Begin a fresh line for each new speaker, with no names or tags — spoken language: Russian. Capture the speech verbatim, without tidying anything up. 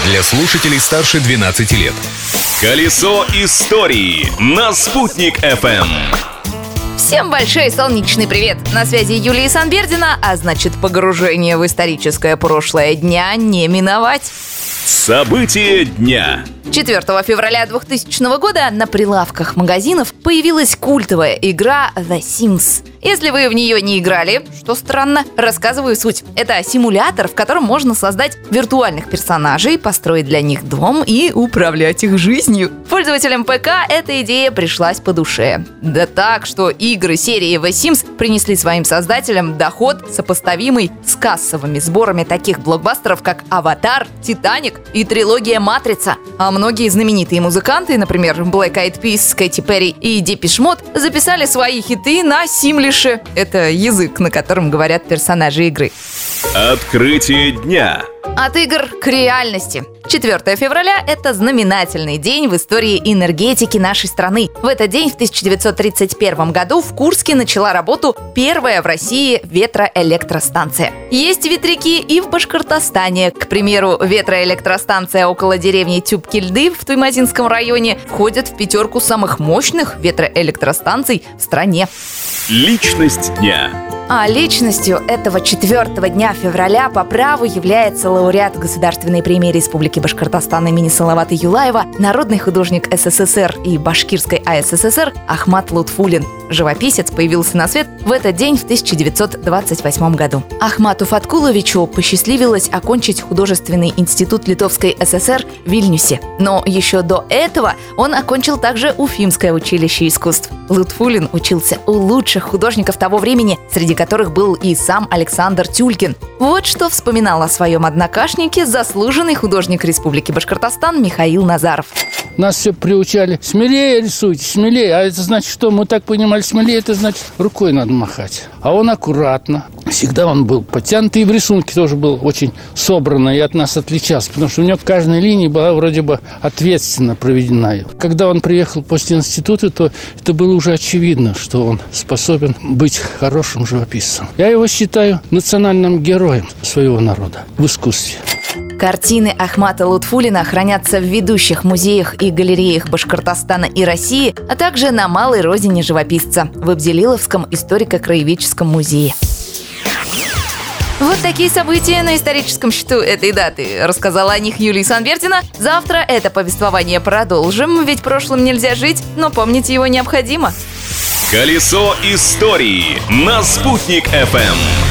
для слушателей старше двенадцати лет. Колесо истории на Спутник эф эм.
Всем большой солнечный привет! На связи Юлия Санбердина, а значит, погружение в историческое прошлое дня не миновать.
События дня.
четвёртого февраля двухтысячного года на прилавках магазинов появилась культовая игра The Sims. Если вы в нее не играли, что странно, рассказываю суть. Это симулятор, в котором можно создать виртуальных персонажей, построить для них дом и управлять их жизнью. Пользователям ПК эта идея пришлась по душе. Да так, что игры серии The Sims принесли своим создателям доход, сопоставимый с кассовыми сборами таких блокбастеров, как «Аватар», «Титаник» и трилогия «Матрица». А многие знаменитые музыканты, например, Black Eyed Peas, Кэти Перри и Депеш Мод, записали свои хиты на симлише. Это язык, на котором говорят персонажи игры.
Открытие дня.
От игр к реальности. четвёртого февраля – это знаменательный день в истории энергетики нашей страны. В этот день, в тысяча девятьсот тридцать первом году, в Курске начала работу первая в России ветроэлектростанция. Есть ветряки и в Башкортостане. К примеру, ветроэлектростанция около деревни Тюб-Кильды в Туймазинском районе входит в пятерку самых мощных ветроэлектростанций в стране.
Личность дня.
А личностью этого четвёртого дня февраля по праву является лауреат Государственной премии Республики Башкортостан имени Салавата Юлаева, народный художник СССР и Башкирской АССР Ахмат Лутфуллин. Живописец появился на свет в этот день в тысяча девятьсот двадцать восьмом году. Ахмату Фаткуловичу посчастливилось окончить художественный институт Литовской ССР в Вильнюсе. Но еще до этого он окончил также Уфимское училище искусств. Лутфуллин учился у лучших художников того времени, среди которых был и сам Александр Тюлькин. Вот что вспоминал о своем однокашнике заслуженный художник Республики Башкортостан Михаил Назаров.
Нас все приучали: смелее рисуйте, смелее. А это значит что? Мы так понимали, смелее, это значит рукой надо махать. А он аккуратно. Всегда он был подтянутый, и в рисунке тоже был очень собранно и от нас отличался, потому что у него каждая линия была вроде бы ответственно проведена. Когда он приехал после института, то это было уже очевидно, что он способен быть хорошим живописцем. Я его считаю национальным героем своего народа в искусстве.
Картины Ахмата Лутфуллина хранятся в ведущих музеях и галереях Башкортостана и России, а также на малой родине живописца в Абдилиловском историко-краеведческом музее. Вот такие события на историческом счету этой даты. Рассказала о них Юлия Санбердина. Завтра это повествование продолжим, ведь прошлым нельзя жить, но помнить его необходимо.
Колесо истории на Спутник эф эм.